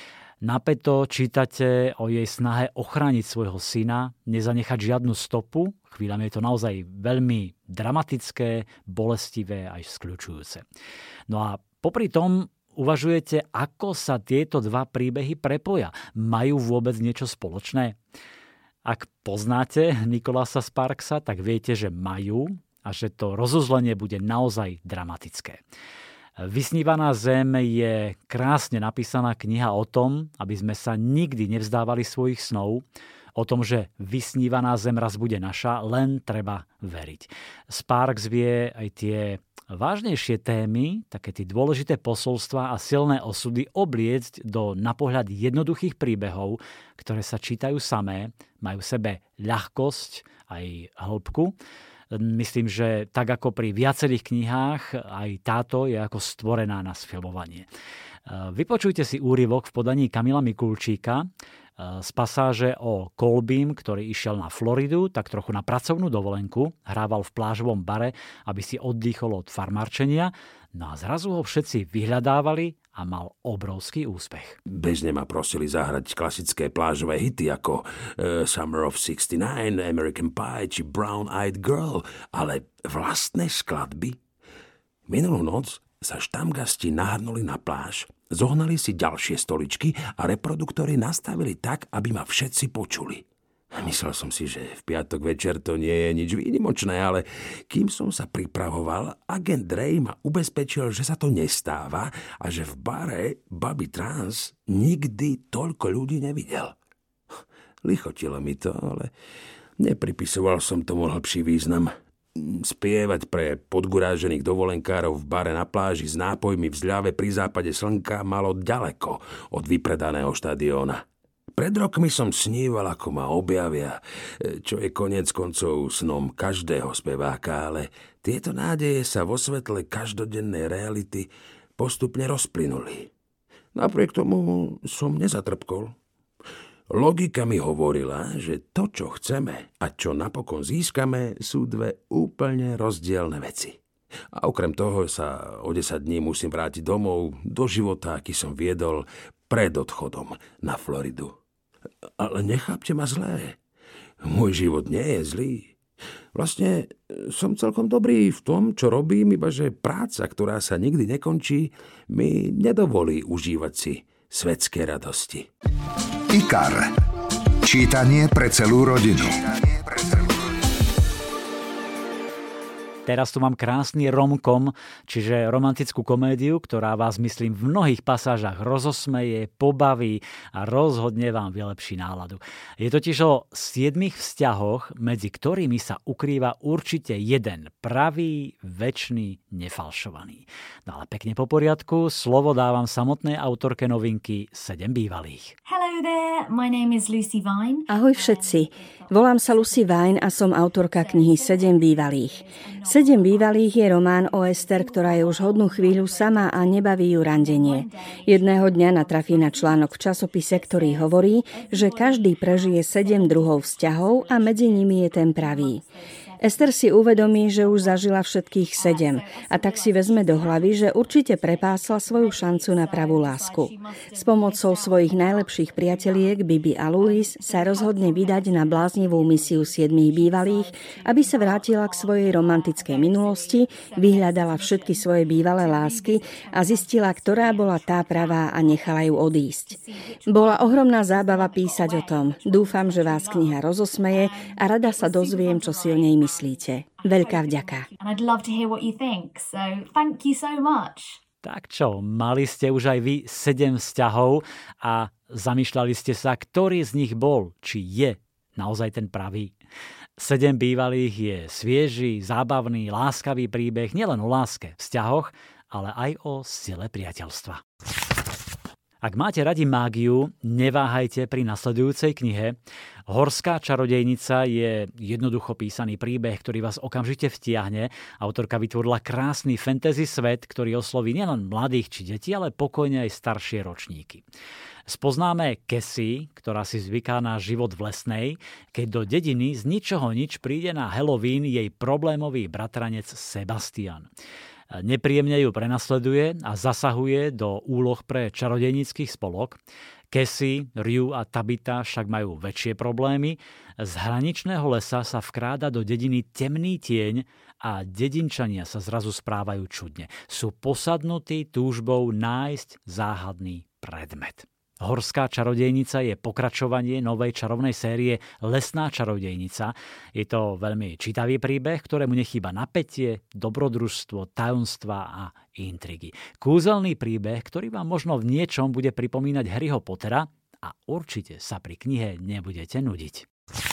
Napäto čítate o jej snahe ochrániť svojho syna, nezanechať žiadnu stopu. Chvíľami je to naozaj veľmi dramatické, bolestivé aj skľučujúce. No a popri tom uvažujete, ako sa tieto dva príbehy prepoja. Majú vôbec niečo spoločné? Ak poznáte Nicholasa Sparksa, tak viete, že majú a že to rozuzlenie bude naozaj dramatické. Vysnívaná zem je krásne napísaná kniha o tom, aby sme sa nikdy nevzdávali svojich snov, o tom, že vysnívaná zem raz bude naša, len treba veriť. Sparks vie aj tie vážnejšie témy, také tie dôležité posolstvá a silné osudy obliecť do napohľad jednoduchých príbehov, ktoré sa čítajú samé, majú v sebe ľahkosť aj hĺbku. Myslím, že tak ako pri viacerých knihách, aj táto je ako stvorená na sfilmovanie. Vypočujte si úryvok v podaní Kamila Mikulčíka z pasáže o Colbym, ktorý išiel na Floridu, tak trochu na pracovnú dovolenku, hrával v plážovom bare, aby si oddychol od farmárčenia, no a zrazu ho všetci vyhľadávali a mal obrovský úspech. Bežne ma prosili zahrať klasické plážové hity ako Summer of 69, American Pie či Brown Eyed Girl, ale vlastné skladby? Minulú noc sa štamgasti nahrnuli na pláž, zohnali si ďalšie stoličky a reproduktory nastavili tak, aby ma všetci počuli. Myslel som si, že v piatok večer to nie je nič výnimočné, ale kým som sa pripravoval, agent Dre ma ubezpečil, že sa to nestáva a že v bare Bobby Trans nikdy toľko ľudí nevidel. Lichotilo mi to, ale nepripisoval som tomu hlbší význam. Spievať pre podgurážených dovolenkárov v bare na pláži s nápojmi v zľave pri západe slnka malo ďaleko od vypredaného štadióna. Pred rokmi som sníval, ako ma objavia, čo je koniec koncov snom každého speváka, ale tieto nádeje sa vo svetle každodennej reality postupne rozplynuli. Napriek tomu som nezatrpkol. Logika mi hovorila, že to, čo chceme a čo napokon získame, sú dve úplne rozdielne veci. A okrem toho sa o 10 dní musím vrátiť domov do života, aký som viedol pred odchodom na Floridu. Ale nechápte ma zlé. Môj život nie je zlý. Vlastne som celkom dobrý v tom, čo robím, ibaže práca, ktorá sa nikdy nekončí, mi nedovolí užívať si svetské radosti. IKAR. Čítanie pre celú rodinu. Teraz tu mám krásny rom-com, čiže romantickú komédiu, ktorá vás, myslím, v mnohých pasážach rozosmeje, pobaví a rozhodne vám vylepší náladu. Je totiž o 7 vzťahoch, medzi ktorými sa ukrýva určite jeden pravý, večný, nefalšovaný. No ale pekne po poriadku, slovo dávam samotnej autorke novinky 7 bývalých. Hello there, my name is Lucy Vine. Ahoj všetci, volám sa Lucy Vine a som autorka knihy 7 bývalých. 7 bývalých je román o Ester, ktorá je už hodnú chvíľu sama a nebaví ju randenie. Jedného dňa natrafí na článok v časopise, ktorý hovorí, že každý prežije 7 druhov vzťahov a medzi nimi je ten pravý. Ester si uvedomí, že už zažila všetkých 7 a tak si vezme do hlavy, že určite prepásla svoju šancu na pravú lásku. S pomocou svojich najlepších priateliek Bibi a Louise sa rozhodne vydať na bláznivú misiu 7 bývalých, aby sa vrátila k svojej romantickej minulosti, vyhľadala všetky svoje bývalé lásky a zistila, ktorá bola tá pravá a nechala ju odísť. Bola ohromná zábava písať o tom. Dúfam, že vás kniha rozosmeje a rada sa dozviem, čo si o nej myslíte. Veľká vďaka. Tak čo, mali ste už aj vy 7 vzťahov a zamýšľali ste sa, ktorý z nich bol, či je naozaj ten pravý. 7 bývalých je svieži, zábavný, láskavý príbeh nielen o láske, vzťahoch, ale aj o sile priateľstva. Ak máte radi mágiu, neváhajte pri nasledujúcej knihe. Horská čarodejnica je jednoducho písaný príbeh, ktorý vás okamžite vtiahne. Autorka vytvorila krásny fantasy svet, ktorý osloví nielen mladých či deti, ale pokojne aj staršie ročníky. Spoznáme Cassie, ktorá si zvyká na život v lesnej, keď do dediny z ničoho nič príde na Halloween jej problémový bratranec Sebastian. Nepríjemne ju prenasleduje a zasahuje do úloh pre čarodejníckych spolok. Cassie, Rue a Tabitha však majú väčšie problémy. Z hraničného lesa sa vkráda do dediny temný tieň a dedinčania sa zrazu správajú čudne. Sú posadnutí túžbou nájsť záhadný predmet. Horská čarodejnica je pokračovanie novej čarovnej série Lesná čarodejnica. Je to veľmi čítavý príbeh, ktorému nechýba napätie, dobrodružstvo, tajomstva a intrigy. Kúzelný príbeh, ktorý vám možno v niečom bude pripomínať Harryho Pottera a určite sa pri knihe nebudete nudiť.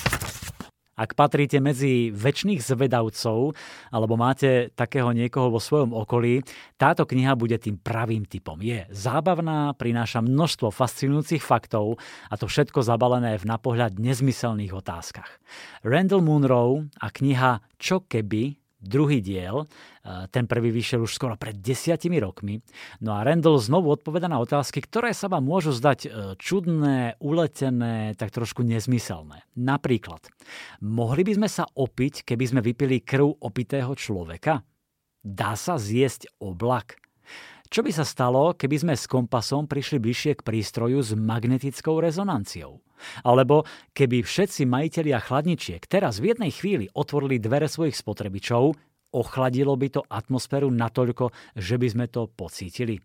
Ak patríte medzi večných zvedavcov alebo máte takého niekoho vo svojom okolí, táto kniha bude tým pravým typom. Je zábavná, prináša množstvo fascinujúcich faktov a to všetko zabalené v napohľad nezmyselných otázkach. Randall Munroe a kniha Čo keby? Druhý diel, ten prvý vyšiel už skoro pred 10 rokmi. No a Randall znovu odpoveda na otázky, ktoré sa vám môžu zdať čudné, uletené, tak trošku nezmyselné. Napríklad, mohli by sme sa opiť, keby sme vypili krv opitého človeka? Dá sa zjesť oblak? Čo by sa stalo, keby sme s kompasom prišli bližšie k prístroju s magnetickou rezonanciou? Alebo keby všetci majitelia chladničiek teraz v jednej chvíli otvorili dvere svojich spotrebičov, ochladilo by to atmosféru natoľko, že by sme to pocítili?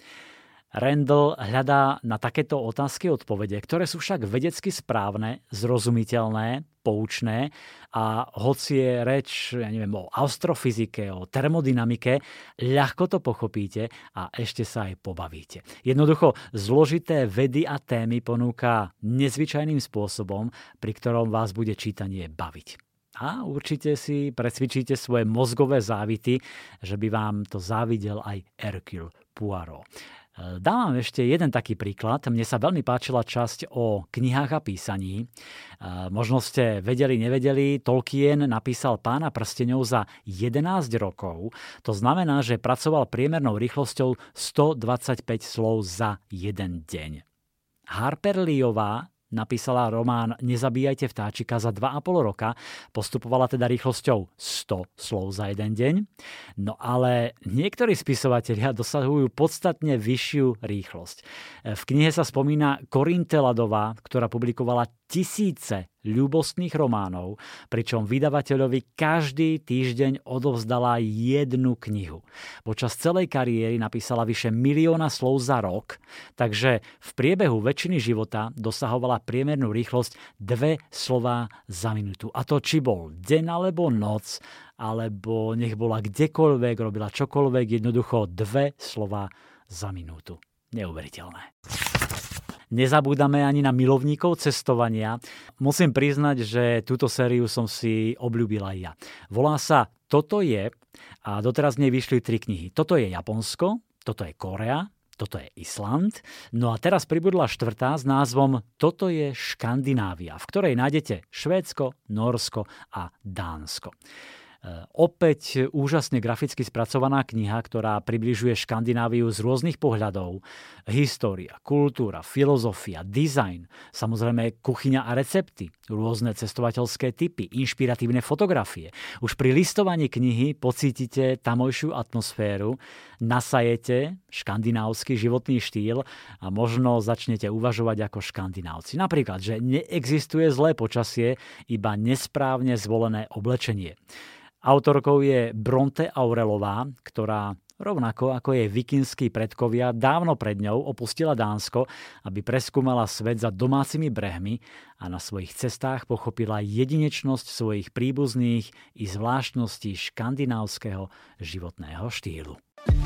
Randall hľadá na takéto otázky odpovede, ktoré sú však vedecky správne, zrozumiteľné, poučné a hoci je reč, o astrofyzike, o termodynamike, ľahko to pochopíte a ešte sa aj pobavíte. Jednoducho zložité vedy a témy ponúka nezvyčajným spôsobom, pri ktorom vás bude čítanie baviť. A určite si precvičíte svoje mozgové závity, že by vám to závidel aj Hercule Poirot. Dám vám ešte jeden taký príklad. Mne sa veľmi páčila časť o knihách a písaní. Možno ste vedeli, nevedeli, Tolkien napísal Pána prsteňov za 11 rokov. To znamená, že pracoval priemernou rýchlosťou 125 slov za jeden deň. Harper Leeová napísala román Nezabíjajte vtáčika za 2,5 roka, postupovala teda rýchlosťou 100 slov za jeden deň. No ale niektorí spisovatelia dosahujú podstatne vyššiu rýchlosť. V knihe sa spomína Corinne Teladová, ktorá publikovala tisíce ľúbostných románov, pričom vydavateľovi každý týždeň odovzdala jednu knihu. Počas celej kariéry napísala vyše 1 000 000 slov za rok, takže v priebehu väčšiny života dosahovala priemernú rýchlosť 2 slová za minútu. A to či bol deň alebo noc, alebo nech bola kdekoľvek, robila čokoľvek, jednoducho 2 slová za minútu. Neuveriteľné. Nezabúdame ani na milovníkov cestovania. Musím priznať, že túto sériu som si obľúbila aj ja. Volá sa Toto je a doteraz v nej vyšli 3 knihy. Toto je Japonsko, toto je Korea, toto je Island. No a teraz pribudla 4. s názvom Toto je Škandinávia, v ktorej nájdete Švédsko, Nórsko a Dánsko. Opäť úžasne graficky spracovaná kniha, ktorá približuje Škandináviu z rôznych pohľadov. História, kultúra, filozofia, dizajn, samozrejme kuchyňa a recepty, rôzne cestovateľské typy, inšpiratívne fotografie. Už pri listovaní knihy pocítite tamojšiu atmosféru, nasajete škandinávsky životný štýl a možno začnete uvažovať ako Škandinávci. Napríklad, že neexistuje zlé počasie, iba nesprávne zvolené oblečenie. Autorkou je Bronte Aurelová, ktorá rovnako ako jej vikingskí predkovia dávno pred ňou opustila Dánsko, aby preskúmala svet za domácimi brehmi a na svojich cestách pochopila jedinečnosť svojich príbuzných i zvláštnosti škandinávskeho životného štýlu.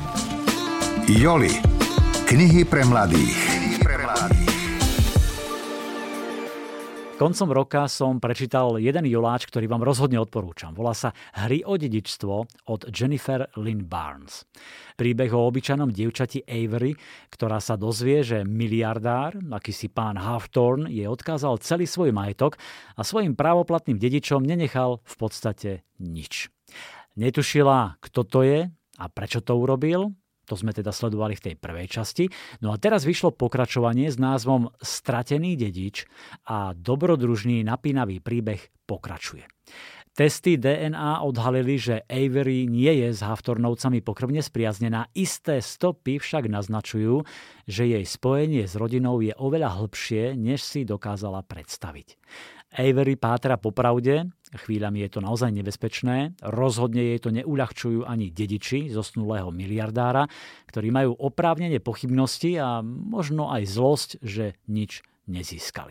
Joli. Knihy pre mladých. Koncom roka som prečítal jeden juláč, ktorý vám rozhodne odporúčam. Volá sa Hry o dedičstvo od Jennifer Lynn Barnes. Príbeh o obyčajnom dievčati Avery, ktorá sa dozvie, že miliardár, akýsi pán Hawthorne, jej odkázal celý svoj majetok a svojim právoplatným dedičom nenechal v podstate nič. Netušila, kto to je a prečo to urobil. To sme teda sledovali v tej prvej časti. No a teraz vyšlo pokračovanie s názvom Stratený dedič a dobrodružný napínavý príbeh pokračuje. Testy DNA odhalili, že Avery nie je s Hawthornovcami pokrvne spriaznená. Isté stopy však naznačujú, že jej spojenie s rodinou je oveľa hlbšie, než si dokázala predstaviť. Avery pátra po pravde, chvíľami je to naozaj nebezpečné, rozhodne jej to neuľahčujú ani dediči zosnulého miliardára, ktorí majú oprávnene pochybnosti a možno aj zlosť, že nič nezískali.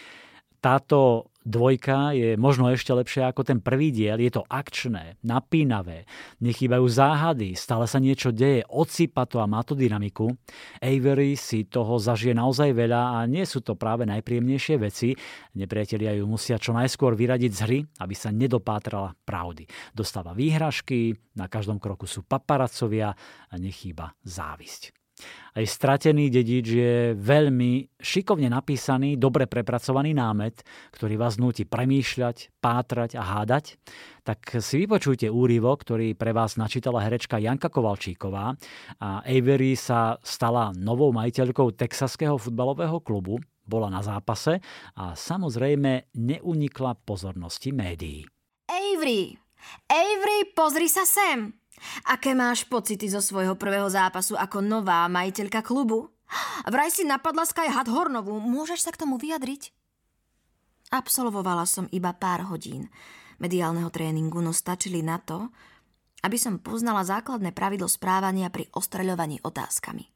Táto dvojka je možno ešte lepšia ako ten prvý diel. Je to akčné, napínavé, nechýbajú záhady, stále sa niečo deje, odsýpa to a má to dynamiku. Avery si toho zažije naozaj veľa a nie sú to práve najpríjemnejšie veci. Nepriatelia ju musia čo najskôr vyradiť z hry, aby sa nedopátrala pravdy. Dostáva výhražky, na každom kroku sú paparacovia a nechýba závisť. Aj Stratený dedič je veľmi šikovne napísaný, dobre prepracovaný námet, ktorý vás núti premýšľať, pátrať a hádať. Tak si vypočujte úryvok, ktorý pre vás načítala herečka Janka Kovalčíková. A Avery sa stala novou majiteľkou texaského futbalového klubu, bola na zápase a samozrejme neunikla pozornosti médií. Avery, pozri sa sem! Aké máš pocity zo svojho prvého zápasu ako nová majiteľka klubu? Vraj si napadla Sky Hawthornovú. Môžeš sa k tomu vyjadriť? Absolvovala som iba pár hodín mediálneho tréningu, no stačili na to, aby som poznala základné pravidlo správania pri ostreľovaní otázkami.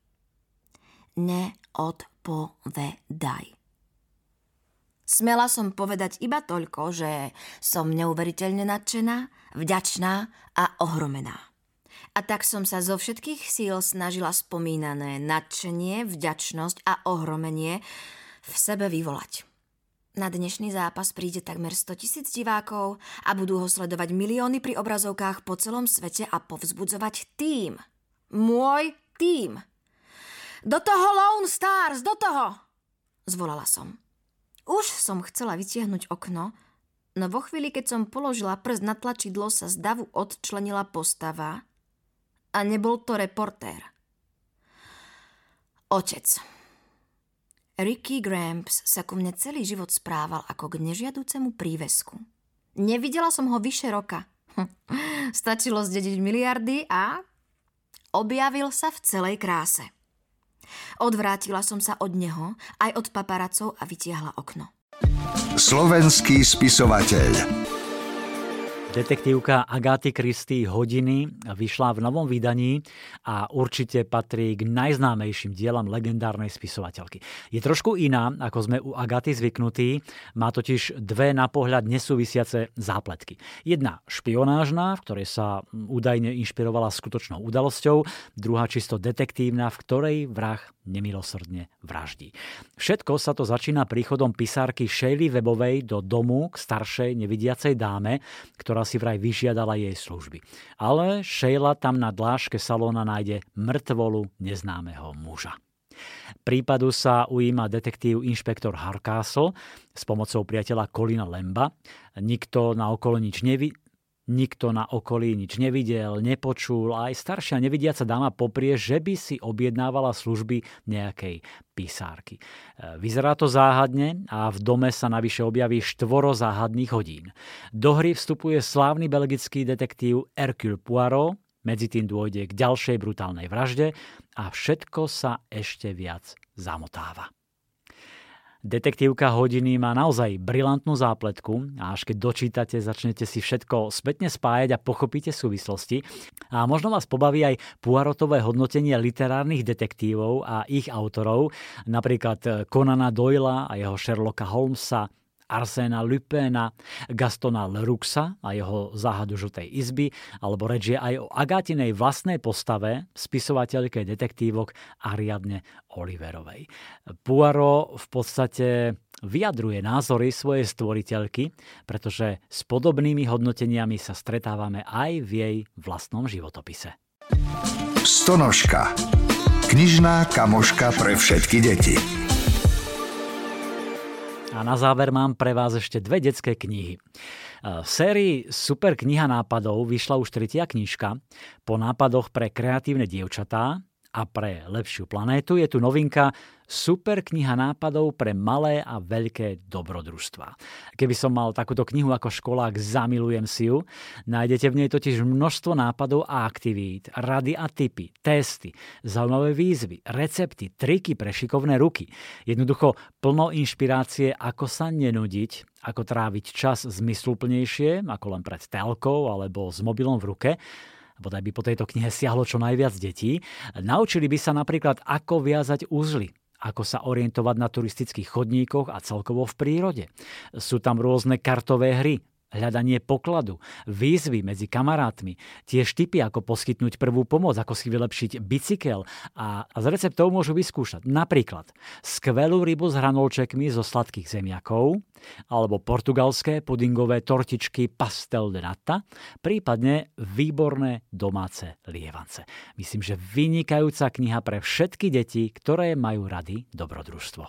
Neodpovedaj. Smela som povedať iba toľko, že som neuveriteľne nadšená, vďačná a ohromená. A tak som sa zo všetkých síl snažila spomínané nadšenie, vďačnosť a ohromenie v sebe vyvolať. Na dnešný zápas príde takmer 100 000 divákov a budú ho sledovať milióny pri obrazovkách po celom svete a povzbudzovať tím. Môj tím. Do toho Lone Stars, do toho! Zvolala som. Už som chcela vytiahnuť okno, no vo chvíli, keď som položila prst na tlačidlo, sa z davu odčlenila postava a nebol to reportér. Otec. Ricky Gramps sa ku mne celý život správal ako k nežiaducemu prívesku. Nevidela som ho vyše roka. Stačilo zdediť miliardy a objavil sa v celej kráse. Odvrátila som sa od neho, aj od paparacov a vytiahla okno. Slovenský spisovateľ. Detektívka Agaty Christie Hodiny vyšla v novom vydaní a určite patrí k najznámejším dielam legendárnej spisovateľky. Je trošku iná, ako sme u Agaty zvyknutí, má totiž dve na pohľad nesúvisiace zápletky. Jedna špionážna, v ktorej sa údajne inšpirovala skutočnou udalosťou, druhá čisto detektívna, v ktorej vrah nemilosrdne vraždí. Všetko sa to začína príchodom pisárky Shelley Webovej do domu k staršej nevidiacej dáme, ktorá si vraj vyžiadala jej služby. Ale Sheila tam na dláške salóna nájde mŕtvolu neznámeho muža. Prípadu sa ujíma detektív inšpektor Hardcastle s pomocou priateľa Colina Lamba. Nikto na okolí nič nevidel, nepočul a aj staršia nevidiaca dáma poprie, že by si objednávala služby nejakej pisárky. Vyzerá to záhadne a v dome sa navyše objaví 4 záhadných hodín. Do hry vstupuje slávny belgický detektív Hercule Poirot, medzi tým dôjde k ďalšej brutálnej vražde a všetko sa ešte viac zamotáva. Detektívka Hodiny má naozaj brilantnú zápletku a až keď dočítate, začnete si všetko spätne spájať a pochopíte súvislosti. A možno vás pobaví aj Poirotové hodnotenie literárnych detektívov a ich autorov, napríklad Conana Doyla a jeho Sherlocka Holmesa, Arséna Lupéna, Gastona Lerouxa a jeho záhadu žltej izby, alebo reč je aj o Agátinej vlastnej postave, spisovateľke detektívok Ariadne Oliverovej. Poirot v podstate vyjadruje názory svojej stvoriteľky, pretože s podobnými hodnoteniami sa stretávame aj v jej vlastnom životopise. Stonožka. Knižná kamoška pre všetky deti. A na záver mám pre vás ešte 2 detské knihy. V sérii Super kniha nápadov vyšla už 3. knižka. Po nápadoch pre kreatívne dievčatá a pre lepšiu planétu je tu novinka Super kniha nápadov pre malé a veľké dobrodružstvá. Keby som mal takúto knihu ako školák, zamilujem si ju. Nájdete v nej totiž množstvo nápadov a aktivít, rady a tipy, testy, zaujímavé výzvy, recepty, triky pre šikovné ruky. Jednoducho plno inšpirácie, ako sa nenudiť, ako tráviť čas zmysluplnejšie, ako len pred telkou alebo s mobilom v ruke. Bodaj by po tejto knihe siahlo čo najviac detí. Naučili by sa napríklad, ako viazať uzly, ako sa orientovať na turistických chodníkoch a celkovo v prírode. Sú tam rôzne kartové hry, hľadanie pokladu, výzvy medzi kamarátmi, tiež tipy, ako poskytnúť prvú pomoc, ako si vylepšiť bicykel a z receptov môžu vyskúšať napríklad skvelú rybu s hranolčekmi zo sladkých zemiakov alebo portugalské pudingové tortičky pastel de nata, prípadne výborné domáce lievance. Myslím, že vynikajúca kniha pre všetky deti, ktoré majú rady dobrodružstvo.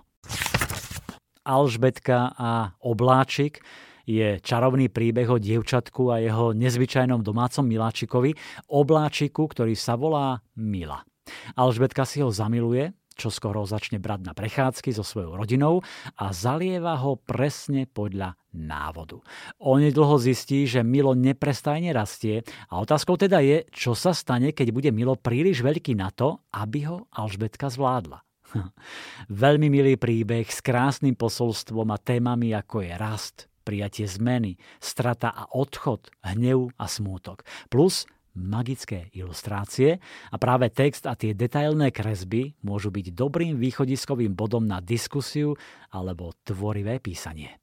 Alžbetka a obláčik je čarovný príbeh o dievčatku a jeho nezvyčajnom domácom miláčikovi, obláčiku, ktorý sa volá Mila. Alžbetka si ho zamiluje, čo skoro začne brať na prechádzky so svojou rodinou a zalieva ho presne podľa návodu. Onedlho zistí, že Milo neprestajne rastie a otázkou teda je, čo sa stane, keď bude Milo príliš veľký na to, aby ho Alžbetka zvládla. Veľmi milý príbeh s krásnym posolstvom a témami, ako je rast, prijatie zmeny, strata a odchod, hnev a smútok. Plus magické ilustrácie a práve text a tie detailné kresby môžu byť dobrým východiskovým bodom na diskusiu alebo tvorivé písanie.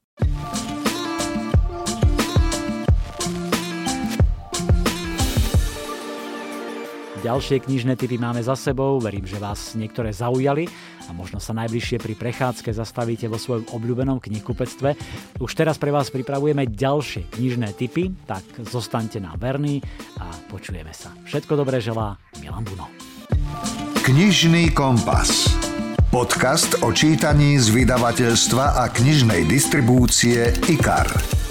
Ďalšie knižné tipy máme za sebou, verím, že vás niektoré zaujali a možno sa najbližšie pri prechádzke zastavíte vo svojom obľúbenom knihkupectve. Už teraz pre vás pripravujeme ďalšie knižné tipy, tak zostaňte nám verní a počujeme sa. Všetko dobré želá Milan Buno. Knižný kompas. Podcast o čítaní z vydavateľstva a knižnej distribúcie IKAR.